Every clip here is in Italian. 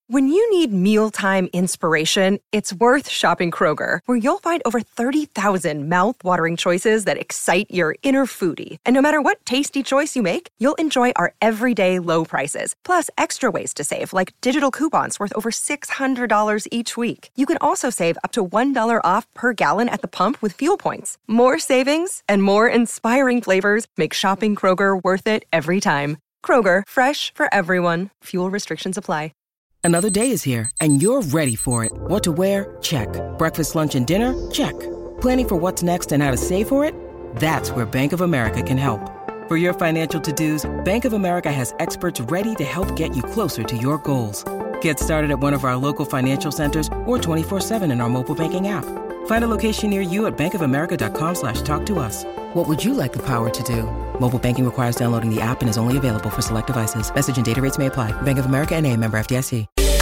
When you need mealtime inspiration, it's worth shopping Kroger, where you'll find over 30,000 mouth-watering choices that excite your inner foodie. And no matter what tasty choice you make, you'll enjoy our everyday low prices, plus extra ways to save, like digital coupons worth over $600 each week. You can also save up to $1 off per gallon at the pump with fuel points. More savings and more inspiring flavors make shopping Kroger worth it every time. Kroger, fresh for everyone. Fuel restrictions apply. Another day is here, and you're ready for it. What to wear? Check. Breakfast, lunch, and dinner? Check. Planning for what's next and how to save for it? That's where Bank of America can help. For your financial to-dos, Bank of America has experts ready to help get you closer to your goals. Get started at one of our local financial centers or 24/7 in our mobile banking app. Find a location near you at bankofamerica.com/talktous. What would you like the power to do? Mobile banking requires downloading the app and is only available for select devices. Message and data rates may apply. Bank of America N.A., member FDIC.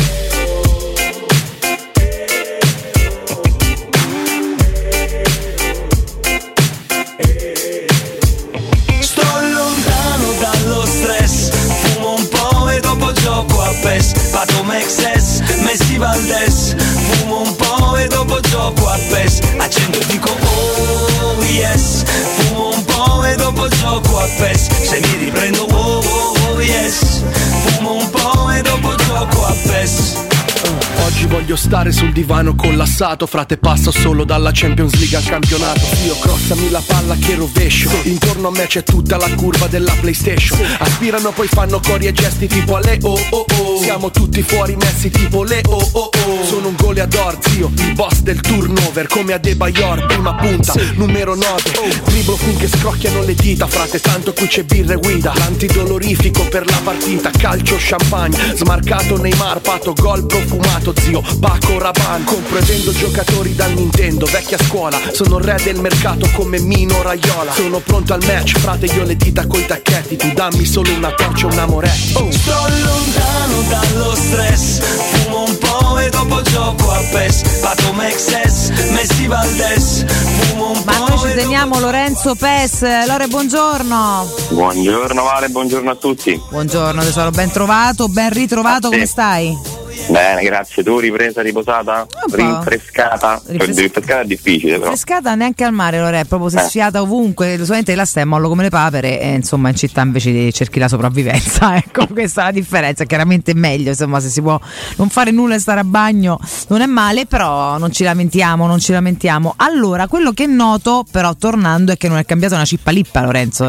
Sto lontano dallo stress, fumo un po' e dopo gioco a PES. Pato Mexes, Messi Valdes, fumo un po' e dopo gioco a PES. Accendo e dico oh yes, fumo un po' e dopo gioco a PES. Se mi riprendo oh yes, fumo un po' e dopo gioco a PES. Oggi voglio stare sul divano collassato, frate, passo solo dalla Champions League al campionato. Io crossami la palla che rovescio, intorno a me c'è tutta la curva della PlayStation. Aspirano poi fanno cori e gesti tipo alle oh oh oh. Siamo tutti fuori messi tipo le oh oh oh. Sono un goleador, zio, il boss del turnover, come Adebayor, prima punta, numero 9. Dribblo finché scrocchiano le dita, frate, tanto qui c'è birra e guida. L'antidolorifico per la partita, calcio, champagne, smarcato Neymar, pato, gol profumato, zio, Paco Rabanne. Compro e vendo giocatori da Nintendo, vecchia scuola, sono il re del mercato come Mino Raiola. Sono pronto al match, frate, io le dita coi tacchetti, tu dammi solo una torcia e un Amoretti. Sto lontano dallo stress, fumo un po' e dopo gioco a PES. Pato Mexes, Messi Valdes, fumo un po'. Ma noi ci teniamo Lorenzo PES. Lore, buongiorno. Buongiorno Vale, buongiorno a tutti. Buongiorno tesoro, ben trovato, ben ritrovato, come stai? Bene, grazie. Tu ripresa, riposata? Rinfrescata? Rinfrescata è difficile però. Rinfrescata neanche al mare, Lore, proprio si è sfiata ovunque. Solamente là stai a mollo come le papere e insomma in città invece cerchi la sopravvivenza. Ecco, questa è la differenza. Chiaramente è meglio, insomma, se si può non fare nulla e stare a bagno non è male, però non ci lamentiamo. Allora, quello che noto però tornando è che non è cambiata una cippalippa, Lorenzo.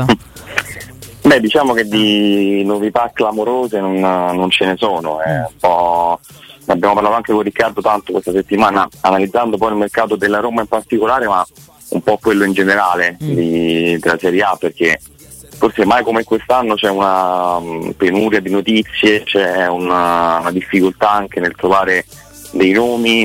Beh, diciamo che di novità clamorose non ce ne sono, un po'. Ne abbiamo parlato anche con Riccardo tanto questa settimana, analizzando poi il mercato della Roma in particolare, ma un po' quello in generale della Serie A, perché forse mai come quest'anno c'è una penuria di notizie, c'è una difficoltà anche nel trovare dei nomi,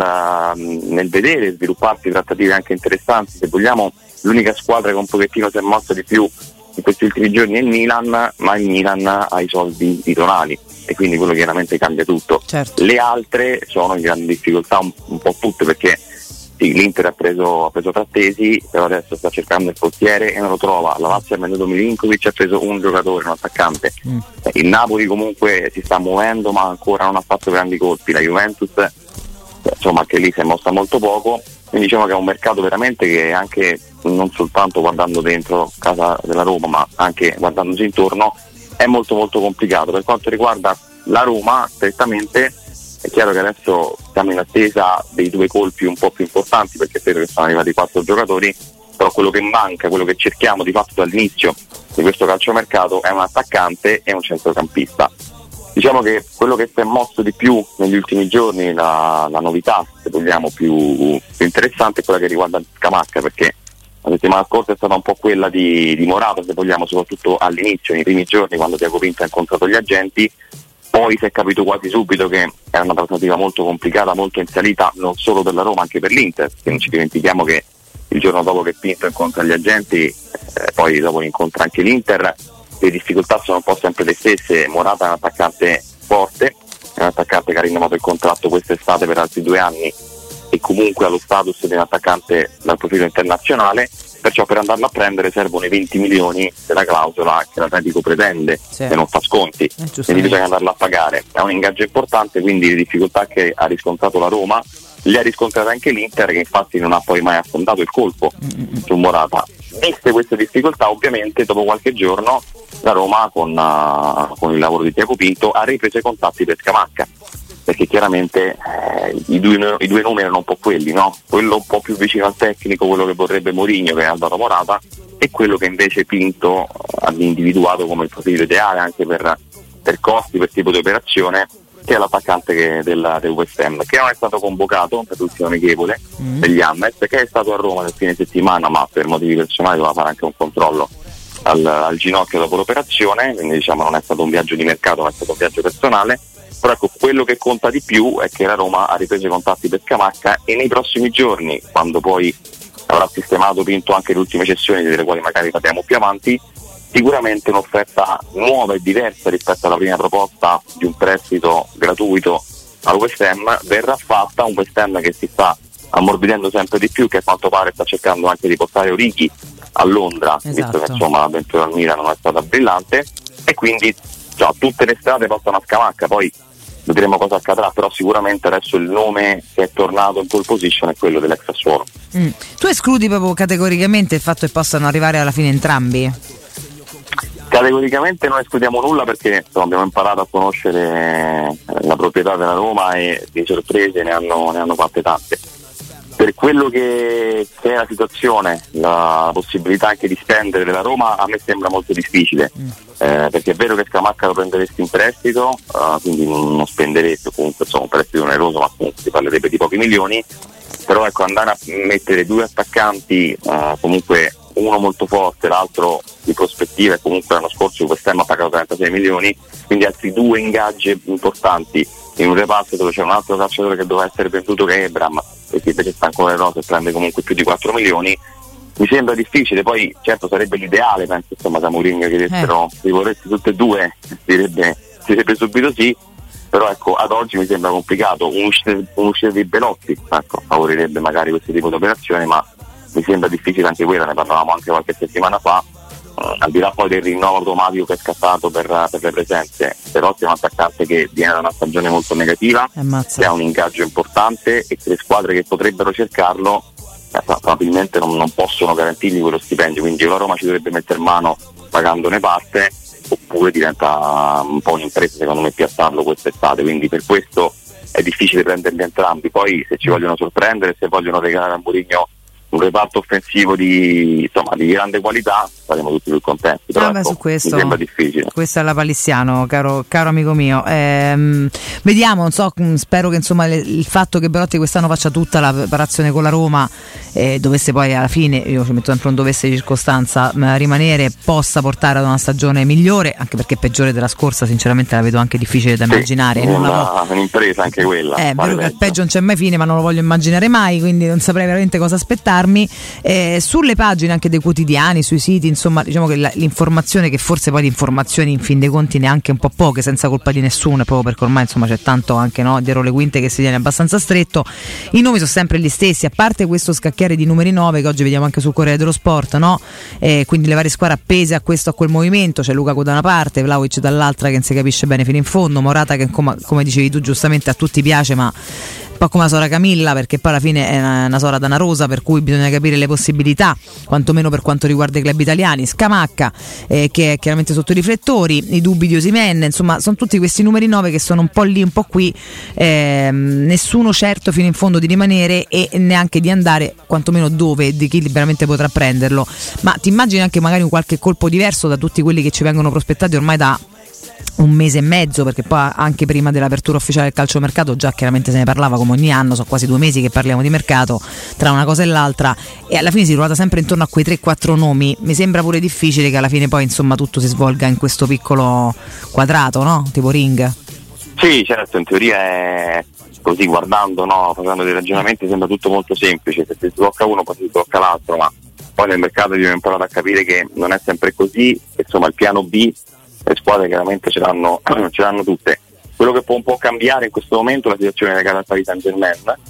nel vedere svilupparsi trattative anche interessanti. Se vogliamo, l'unica squadra che un pochettino si è mossa di più in questi ultimi giorni è il Milan, ma il Milan ha i soldi di Tonali e quindi quello chiaramente cambia tutto. Certo. Le altre sono in grande difficoltà un po' tutte, perché sì, l'Inter ha preso Frattesi, però adesso sta cercando il portiere e non lo trova. La Lazio ha venduto Milinkovic, ha preso un giocatore, un attaccante. Il Napoli comunque si sta muovendo ma ancora non ha fatto grandi colpi. La Juventus insomma anche lì si è mossa molto poco, quindi diciamo che è un mercato veramente che anche non soltanto guardando dentro casa della Roma ma anche guardandosi intorno è molto molto complicato. Per quanto riguarda la Roma strettamente è chiaro che adesso siamo in attesa dei due colpi un po' più importanti, perché credo che sono arrivati 4 giocatori, però quello che manca, quello che cerchiamo di fatto dall'inizio di questo calciomercato è un attaccante e un centrocampista. Diciamo che quello che si è mosso di più negli ultimi giorni, la novità se vogliamo più interessante è quella che riguarda Scamacca, perché la settimana scorsa è stata un po' quella di Morata, se vogliamo, soprattutto all'inizio, nei primi giorni quando Tiago Pinto ha incontrato gli agenti. Poi si è capito quasi subito che era una trattativa molto complicata, molto in salita, non solo per la Roma, anche per l'Inter, perché non ci dimentichiamo che il giorno dopo che Pinto incontra gli agenti, poi dopo incontra anche l'Inter, le difficoltà sono un po' sempre le stesse. Morata è un attaccante forte, è un attaccante che ha rinnovato il contratto quest'estate per altri 2 anni e comunque ha lo status di un attaccante dal profilo internazionale. perciò per andarlo a prendere servono i 20 milioni della clausola che l'Atletico pretende, sì, e non fa sconti, quindi bisogna andarlo a pagare. È un ingaggio importante, quindi le difficoltà che ha riscontrato la Roma le ha riscontrate anche l'Inter, che infatti non ha poi mai affrontato il colpo su Morata. Viste queste difficoltà, ovviamente dopo qualche giorno la Roma con il lavoro di Tiago Pinto ha ripreso i contatti per Scamacca, perché chiaramente i due nomi erano un po' quelli, no? Quello un po' più vicino al tecnico, quello che vorrebbe Mourinho, che ha dato Morata, e quello che invece Pinto ha individuato come il profilo ideale anche per costi, per tipo di operazione, che è l'attaccante del West Ham, che non è stato convocato per l'ultimo amichevole degli Hammers, che è stato a Roma nel fine settimana, ma per motivi personali doveva fare anche un controllo al ginocchio dopo l'operazione, quindi diciamo non è stato un viaggio di mercato, ma è stato un viaggio personale. Però ecco, quello che conta di più è che la Roma ha ripreso i contatti per Scamacca, e nei prossimi giorni, quando poi avrà sistemato Pinto anche le ultime cessioni, delle quali magari parliamo più avanti, sicuramente un'offerta nuova e diversa rispetto alla prima proposta di un prestito gratuito al West Ham verrà fatta. Un West Ham che si sta ammorbidendo sempre di più, che a quanto pare sta cercando anche di portare Origi a Londra, visto che insomma l'avventura al Milan non è stata brillante, e quindi tutte le strade portano a Scamacca. Poi vedremo cosa accadrà, però sicuramente adesso il nome che è tornato in pole position è quello dell'ex Sassuolo. Tu escludi proprio categoricamente il fatto che possano arrivare alla fine entrambi? Categoricamente non escludiamo nulla, perché abbiamo imparato a conoscere la proprietà della Roma e di sorprese ne hanno fatte tante. Per quello che è la situazione, la possibilità anche di spendere della Roma a me sembra molto difficile, perché è vero che Scamacca lo prenderesti in prestito, quindi non spenderesti, comunque un prestito oneroso, ma comunque si parlerebbe di pochi milioni, però ecco, andare a mettere due attaccanti, comunque uno molto forte, l'altro di prospettiva, e comunque l'anno scorso il West Ham ha pagato 36 milioni, quindi altri due ingaggi importanti in un reparto dove c'è un altro calciatore che doveva essere venduto, che è Ebram, perché invece sta ancora in rosa e prende comunque più di 4 milioni. Mi sembra difficile, poi certo sarebbe l'ideale, penso insomma da Mourinho che dissero li vorresti tutte e due, direbbe subito sì, però ecco, ad oggi mi sembra complicato. Un'uscita di Belotti, ecco, favorirebbe magari questo tipo di operazione, ma mi sembra difficile anche quella, ne parlavamo anche qualche settimana fa, al di là poi del rinnovo automatico che è scattato per le presenze. Però è un attaccante che viene da una stagione molto negativa, che ha un ingaggio importante, e che le squadre che potrebbero cercarlo probabilmente non possono garantirgli quello stipendio, quindi la Roma ci dovrebbe mettere mano pagandone parte, oppure diventa un po' un'impresa secondo me piazzarlo quest'estate, quindi per questo è difficile prenderli entrambi. Poi se ci vogliono sorprendere, se vogliono regalare a Mourinho un reparto offensivo di grande qualità, saremo tutti più contenti, però ecco, su questo, mi sembra difficile. Questo è la palissiano, caro amico mio. Vediamo, non so, spero che insomma il fatto che Belotti quest'anno faccia tutta la preparazione con la Roma, dovesse poi alla fine, io ci metto sempre un dovesse di circostanza, rimanere, possa portare ad una stagione migliore, anche perché peggiore della scorsa sinceramente la vedo anche difficile da immaginare. È un'impresa anche quella. È vero che il peggio non c'è mai fine, ma non lo voglio immaginare mai, quindi non saprei veramente cosa aspettarmi. Sulle pagine anche dei quotidiani, sui siti, insomma, diciamo che l'informazione, che forse poi di informazioni in fin dei conti neanche un po' poche, senza colpa di nessuno, proprio perché ormai insomma c'è tanto anche dietro le quinte che si tiene abbastanza stretto. I nomi sono sempre gli stessi, a parte questo scacchiere di numeri 9 che oggi vediamo anche sul Corriere dello Sport, no? Quindi le varie squadre appese a questo, a quel movimento. C'è Lukaku da una parte, Vlahovic dall'altra, che non si capisce bene fino in fondo, Morata che come dicevi tu giustamente a tutti piace, ma un po' come la Sora Camilla, perché poi alla fine è una Sora danarosa, per cui bisogna capire le possibilità, quantomeno per quanto riguarda i club italiani. Scamacca che è chiaramente sotto i riflettori, i dubbi di Osimhen, insomma sono tutti questi numeri 9 che sono un po' lì, un po' qui, nessuno certo fino in fondo di rimanere e neanche di andare quantomeno dove, di chi liberamente potrà prenderlo. Ma ti immagini anche magari un qualche colpo diverso da tutti quelli che ci vengono prospettati ormai da un mese e mezzo, perché poi anche prima dell'apertura ufficiale del calciomercato già chiaramente se ne parlava come ogni anno, sono quasi 2 mesi che parliamo di mercato tra una cosa e l'altra, e alla fine si ruota sempre intorno a quei 3-4 nomi. Mi sembra pure difficile che alla fine poi insomma tutto si svolga in questo piccolo quadrato, no? Tipo ring. Sì, certo, in teoria è così, guardando, facendo dei ragionamenti sembra tutto molto semplice, se si sblocca uno poi si sblocca l'altro, ma poi nel mercato abbiamo imparato a capire che non è sempre così, insomma il piano B le squadre chiaramente ce l'hanno tutte. Quello che può un po' cambiare in questo momento è la situazione legata al Paris Saint-Germain,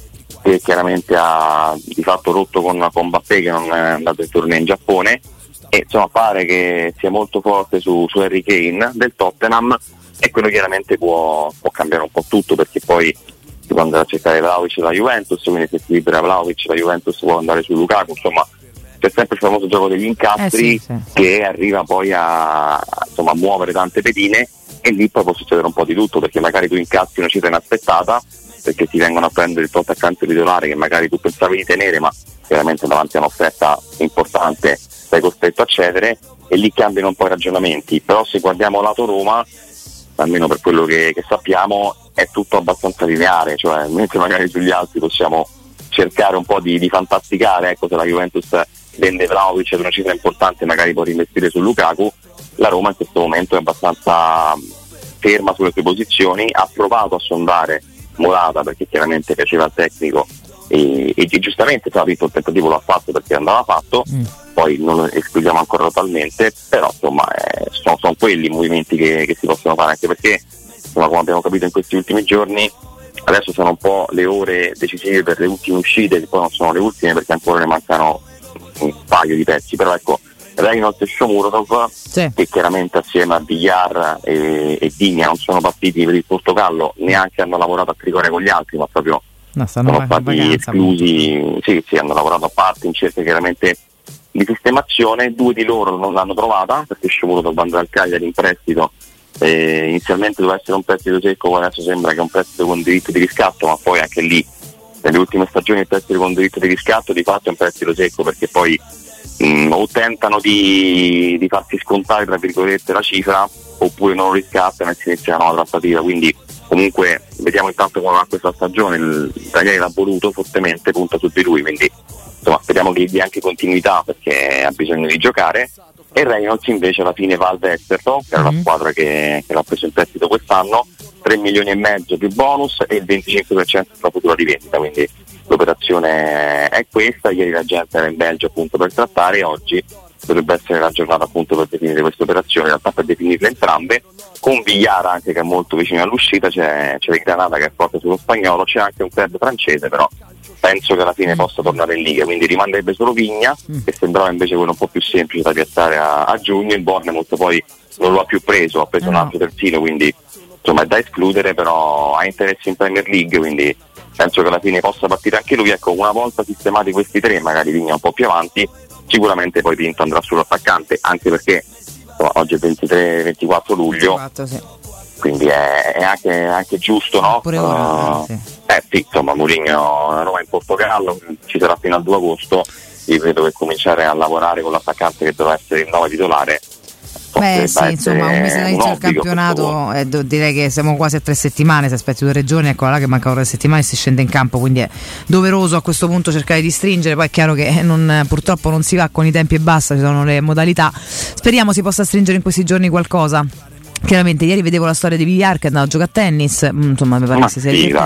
che chiaramente ha di fatto rotto con Mbappé, che non è andato in torneo in Giappone, e insomma pare che sia molto forte su Harry Kane del Tottenham, e quello chiaramente può cambiare un po' tutto, perché poi si può andare a cercare Vlahovic da Juventus, quindi se si libera Vlahovic la Juventus può andare su Lukaku, insomma c'è sempre il famoso gioco degli incastri che arriva poi a muovere tante pedine, e lì poi può succedere un po' di tutto, perché magari tu incastri una cifra inaspettata, perché ti vengono a prendere il tuo attaccante titolare che magari tu pensavi di tenere, ma chiaramente davanti a un'offerta importante sei costretto a cedere, e lì cambiano un po' i ragionamenti. Però se guardiamo lato Roma, almeno per quello che sappiamo, è tutto abbastanza lineare, cioè mentre magari sugli altri possiamo cercare un po' di fantasticare, ecco, se la Juventus vende Vlahovic ad una cifra importante magari può reinvestire su Lukaku, la Roma in questo momento è abbastanza ferma sulle sue posizioni, ha provato a sondare Morata perché chiaramente piaceva al tecnico e giustamente il tentativo l'ha fatto perché andava fatto, poi non lo escludiamo ancora totalmente, però insomma sono quelli i movimenti che si possono fare, anche perché insomma, come abbiamo capito in questi ultimi giorni, adesso sono un po' le ore decisive per le ultime uscite, che poi non sono le ultime perché ancora ne mancano un paio di pezzi, però ecco, Reynolds e Shomurodov, che chiaramente assieme a Villar e Digna non sono partiti per il Portogallo, neanche hanno lavorato a Trigoria con gli altri, ma proprio sono stati esclusi, sì, hanno lavorato a parte in cerca chiaramente di sistemazione. Due di loro non l'hanno trovata, perché Shomurodov andrà al Cagliari in prestito, inizialmente doveva essere un prestito secco, adesso sembra che è un prestito con diritto di riscatto, ma poi anche lì nelle ultime stagioni il prestito con diritto di riscatto di fatto è un prestito secco, perché poi o tentano di farsi scontare tra virgolette la cifra, oppure non lo riscattano e si inizia una nuova trattativa. Quindi comunque vediamo intanto come va questa stagione. Il Daniele l'ha voluto fortemente, punta su di lui, quindi insomma speriamo che gli dia anche continuità perché ha bisogno di giocare. E Reynolds invece alla fine va al Westerlo, che era la squadra che l'ha preso in prestito quest'anno, 3 milioni e mezzo più bonus e il 25% sulla futura di vendita, quindi l'operazione è questa. Ieri la gente era in Belgio appunto per trattare, e oggi dovrebbe essere la giornata appunto per definire queste operazioni, in realtà per definirle entrambe, con Villar anche che è molto vicino all'uscita, c'è il Granada che è forte sullo spagnolo, c'è anche un club francese, però penso che alla fine possa tornare in Liga, quindi rimarrebbe solo Vigna, che sembrava invece quello un po' più semplice da piazzare a giugno. Il Bournemouth poi non lo ha più preso, ha preso un altro terzino, quindi insomma è da escludere, però ha interessi in Premier League, quindi penso che alla fine possa partire anche lui. Ecco, una volta sistemati questi tre, magari Vigna un po' più avanti, sicuramente poi Pinto andrà sull'attaccante, anche perché insomma, oggi è 23-24 luglio, 24, sì. Quindi è anche giusto, no? Pure ora, sì, insomma Mourinho a Roma in Portogallo, ci sarà fino al 2 agosto, io credo che cominciare a lavorare con l'attaccante che dovrà essere il 9 titolare. Beh sì, insomma un mese dall'inizio del campionato, direi che siamo quasi a 3 settimane, se aspetti 2 o 3 giorni, ecco là che mancano 3 settimane e si scende in campo, quindi è doveroso a questo punto cercare di stringere. Poi è chiaro che purtroppo non si va con i tempi e basta, ci sono le modalità, speriamo si possa stringere in questi giorni qualcosa. Chiaramente ieri vedevo la storia di Villar che è andato a giocare a tennis, insomma mi pare che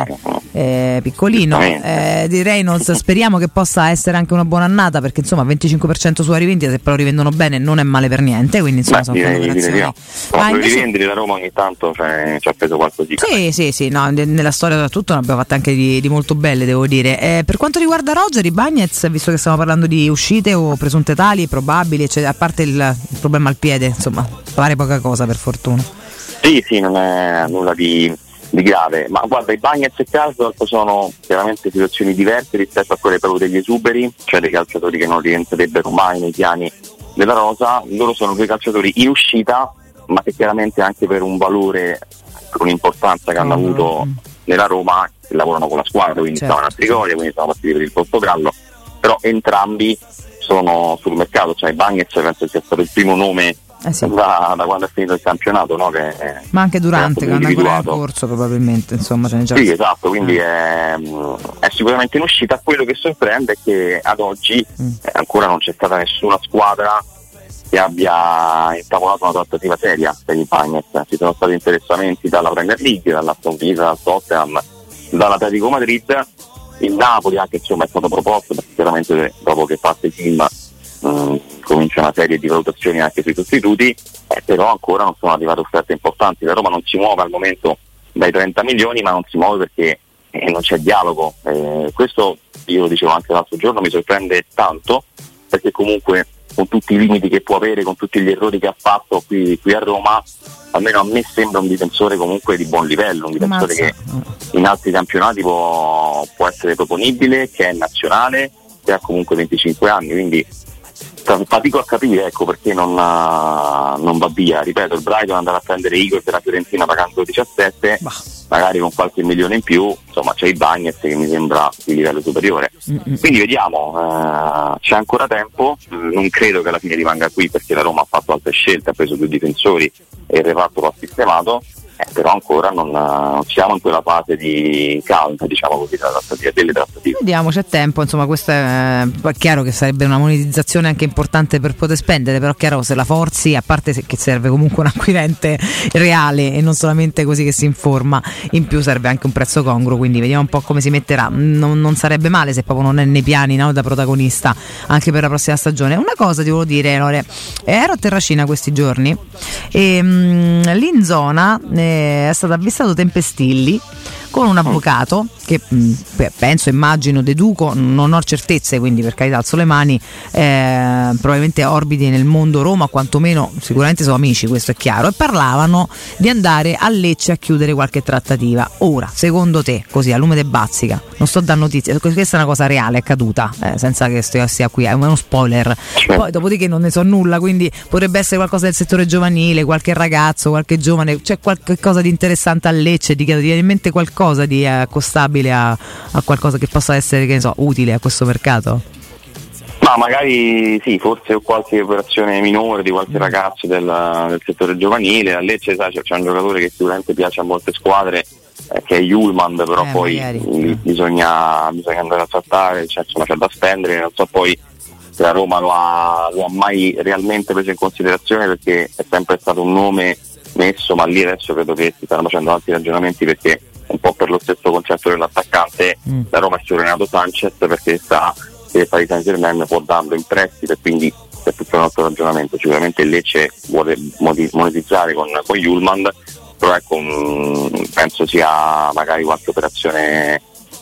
sia piccolino, di Reynolds speriamo che possa essere anche una buona annata, perché insomma 25% sulla rivendita, se però rivendono bene non è male per niente, quindi insomma sono operazioni. Ma invece rivendi la Roma ogni tanto ci ha preso qualcosina. Sì, no, nella storia soprattutto ne abbiamo fatte anche di molto belle, devo dire. Per quanto riguarda Roger Ibañez, visto che stiamo parlando di uscite o presunte tali, probabili, eccetera, a parte il problema al piede, insomma pare poca cosa per fortuna. Sì, non è nulla di grave, ma guarda, Ibañez e Karsdorp sono chiaramente situazioni diverse rispetto a quelle proprio degli esuberi, cioè dei calciatori che non rientrerebbero mai nei piani della rosa. Loro sono due calciatori in uscita, ma che chiaramente anche per un valore, per un'importanza che hanno avuto nella Roma, lavorano con la squadra, quindi stavano a Trigoria, quindi stavano partiti per il Portogallo, però entrambi sono sul mercato, cioè Ibañez penso sia stato il primo nome da quando è finito il campionato, no? Ma anche durante, quando ancora è in corso probabilmente, insomma ce n'è già. Sì, esatto, quindi è sicuramente in uscita. Quello che sorprende è che ad oggi ancora non c'è stata nessuna squadra che abbia intavolato una trattativa seria per Ibañez. Ci sono stati interessamenti dalla Premier League, dall'Aston Villa, dal Tottenham, dall'Atletico Madrid, il Napoli anche insomma è stato proposto, perché chiaramente dopo che parte il team comincia una serie di valutazioni anche sui sostituti, però ancora non sono arrivate offerte importanti. La Roma non si muove al momento dai 30 milioni, ma non si muove perché e non c'è dialogo. Questo, io lo dicevo anche l'altro giorno, mi sorprende tanto, perché comunque con tutti i limiti che può avere, con tutti gli errori che ha fatto qui a Roma, almeno a me sembra un difensore comunque di buon livello, un difensore che in altri campionati può essere proponibile, che è nazionale, che ha comunque 25 anni, quindi fatico a capire, ecco, perché non va via. Ripeto, il Brighton andrà a prendere Igor della Fiorentina pagando 17, magari con qualche milione in più, insomma c'è il Bagnets che mi sembra di livello superiore. Quindi vediamo, c'è ancora tempo, non credo che alla fine rimanga qui, perché la Roma ha fatto altre scelte, ha preso 2 difensori e il reparto lo ha sistemato, però ancora non siamo in quella fase di calma, diciamo così, delle trattative. Vediamo, c'è tempo, insomma. Questo è chiaro che sarebbe una monetizzazione anche importante per poter spendere, però chiaro, se la forzi, a parte che serve comunque un acquirente reale e non solamente così che si informa, in più serve anche un prezzo congruo, quindi vediamo un po' come si metterà. Non sarebbe male se proprio non è nei piani, no, da protagonista anche per la prossima stagione. Una cosa ti volevo dire, Lore, ero a Terracina questi giorni e lì in zona è stato avvistato Tempestilli con un avvocato che penso, immagino, deduco, non ho certezze, quindi per carità alzo le mani, probabilmente orbiti nel mondo Roma, quantomeno sicuramente sono amici, questo è chiaro, e parlavano di andare a Lecce a chiudere qualche trattativa. Ora, secondo te, così a lume de bazzica, non sto dando notizie, questa è una cosa reale, è accaduta, senza che sia qui, è uno spoiler, poi dopodiché non ne so nulla, quindi potrebbe essere qualcosa del settore giovanile, qualche ragazzo, qualche giovane, c'è qualche cosa di interessante a Lecce, ti viene in mente qualcosa di accostabile a qualcosa che possa essere, che ne so, utile a questo mercato? Ma magari sì, forse qualche operazione minore di qualche ragazzo del settore giovanile. A Lecce, sai, c'è un giocatore che sicuramente piace a molte squadre, che è Hjulmand, però poi bisogna andare a trattare, cioè, insomma, c'è da spendere, non so poi se la Roma lo ha mai realmente preso in considerazione, perché è sempre stato un nome messo, ma lì adesso credo che si stanno facendo altri ragionamenti, perché un po' per lo stesso concetto dell'attaccante, la Roma è su Renato Sanchez, perché sa che il Paris Saint-Germain può darlo in prestito, e quindi è tutto un altro ragionamento. Sicuramente il Lecce vuole monetizzare con Hjulmand, però ecco, penso sia magari qualche operazione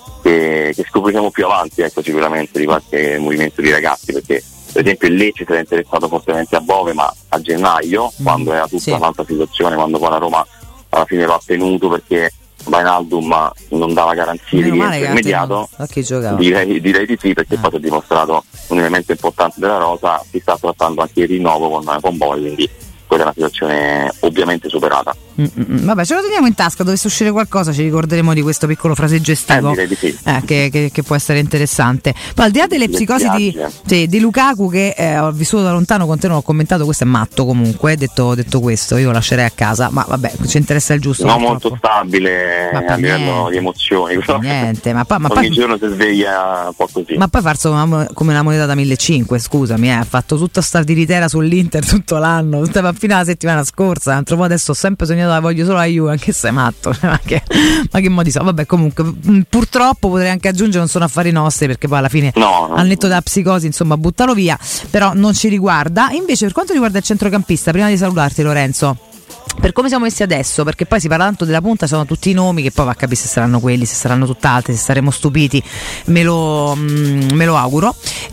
che scopriremo più avanti, ecco, sicuramente, di qualche movimento di ragazzi, perché per esempio il Lecce si era interessato fortemente a Bove, ma a gennaio, quando era tutta un'altra situazione, quando poi la Roma alla fine lo ha tenuto perché Wijnaldum non dava garanzie di rientro immediato. Direi di sì, perché poi si è dimostrato un elemento importante della rosa. Si sta trattando anche il rinnovo con Boy, quindi quella è una situazione ovviamente superata. Vabbè, ce lo teniamo in tasca, dovesse uscire qualcosa ci ricorderemo di questo piccolo fraseggio estivo, direi di sì. Che può essere interessante. Poi al di là delle psicosi di Lukaku, che ho vissuto da lontano con te, non ho commentato, questo è matto comunque, detto questo, io lo lascerei a casa, ma vabbè, ci interessa il giusto. No, molto stabile a livello di emozioni, niente, ma ogni giorno si sveglia un po' così. Ma poi farso come una moneta da 1.500, scusami, ha fatto tutta sta tiritera sull'Inter tutto l'anno, fino alla settimana scorsa, un altro po' adesso ho sempre sognato la voglio solo a Juve, anche se è matto, ma che modi so. Vabbè, comunque purtroppo potrei anche aggiungere non sono affari nostri, perché poi alla fine al netto della psicosi, insomma, buttalo via, però non ci riguarda. Invece per quanto riguarda il centrocampista, prima di salutarti Lorenzo, per come siamo messi adesso, perché poi si parla tanto della punta, sono tutti i nomi che poi va a capire se saranno quelli, se saranno tutt'altri, se saremo stupiti, me lo auguro.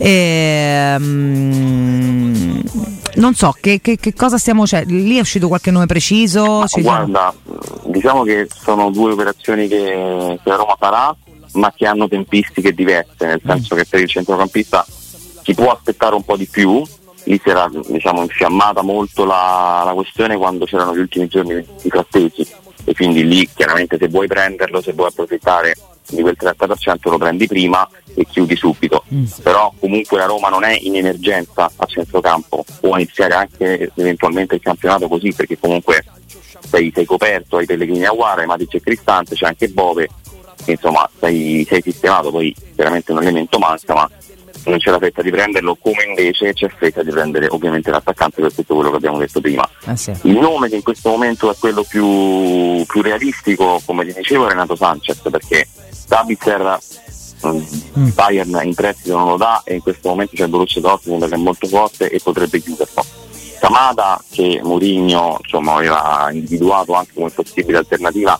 Non so che cosa stiamo, cioè, lì è uscito qualche nome preciso? Guarda, diciamo che sono 2 operazioni che la Roma farà, ma che hanno tempistiche diverse, nel senso che per il centrocampista si può aspettare un po' di più. Lì si era, diciamo, infiammata molto la questione quando c'erano gli ultimi giorni di Frattesi, e quindi lì chiaramente se vuoi prenderlo, se vuoi approfittare di quel 30% lo prendi prima e chiudi subito. Però comunque la Roma non è in emergenza a centrocampo, può iniziare anche eventualmente il campionato così, perché comunque sei coperto, hai Pellegrini, Aguara, hai Matic e Cristante, c'è anche Bove, insomma sei sistemato. Poi chiaramente un elemento manca, ma non c'è la fretta di prenderlo, come invece c'è fretta di prendere ovviamente l'attaccante, per tutto quello che abbiamo detto prima. Il nome che in questo momento è quello più realistico, come ti dicevo, è Renato Sanchez, perché Sabitzer Bayern in prestito non lo dà, e in questo momento c'è il Borussia Dortmund che è molto forte e potrebbe chiuderlo. Kamada, che Mourinho, insomma, aveva individuato anche come possibile alternativa,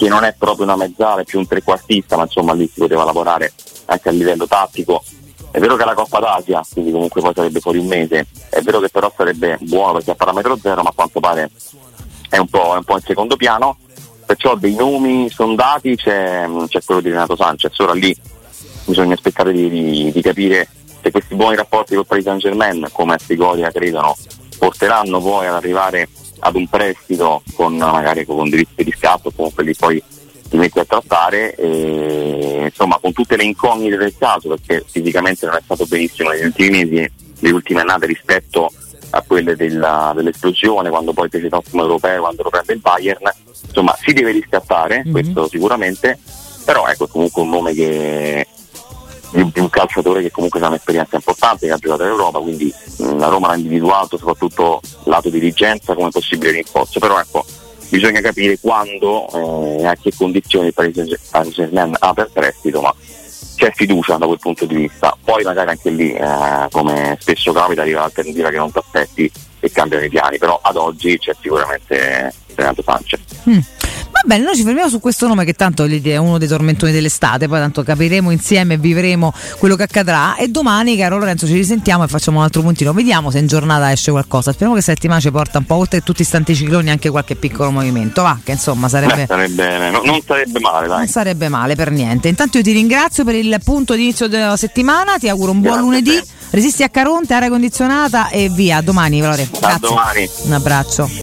che non è proprio una mezzala, è più un trequartista, ma insomma lì si poteva lavorare anche a livello tattico. È vero che è la Coppa d'Asia, quindi comunque poi sarebbe fuori un mese, è vero che però sarebbe buono perché a parametro zero, ma a quanto pare è un po' in secondo piano. Perciò dei nomi sondati c'è quello di Renato Sanchez. Ora lì bisogna aspettare di capire se questi buoni rapporti col Paris Saint-Germain, come a Trigoria credono, porteranno poi ad arrivare ad un prestito magari con diritti di riscatto, comunque lì poi ti metti a trattare, e insomma con tutte le incognite del caso, perché fisicamente non è stato benissimo negli ultimi mesi, le ultime annate rispetto a quelle dell'esplosione, quando poi fece l'ottimo europeo, quando lo prende il Bayern. Insomma si deve riscattare, questo sicuramente, però ecco comunque un nome di un calciatore che comunque ha un'esperienza importante, che ha giocato in Europa, quindi la Roma l'ha individuato soprattutto lato dirigenza come possibile rinforzo. Però ecco, bisogna capire quando e a che condizioni il Paris Saint-Germain ha per prestito, ma c'è fiducia da quel punto di vista. Poi magari anche lì, come spesso capita, arriva l'alternativa che non ti aspetti e cambiano i piani, però ad oggi c'è sicuramente Renato Sanchez. Va bene, noi ci fermiamo su questo nome che tanto è uno dei tormentoni dell'estate, poi tanto capiremo insieme e vivremo quello che accadrà, e domani, caro Lorenzo, ci risentiamo e facciamo un altro puntino, vediamo se in giornata esce qualcosa. Speriamo che settimana ci porta un po', oltre a tutti sti cicloni, anche qualche piccolo movimento, va, che insomma sarebbe non sarebbe male, dai. Non sarebbe male per niente. Intanto io ti ringrazio per il punto di inizio della settimana, ti auguro un buon lunedì, resisti a Caronte, aria condizionata e via, a domani, Valore. Grazie. A domani. Un abbraccio.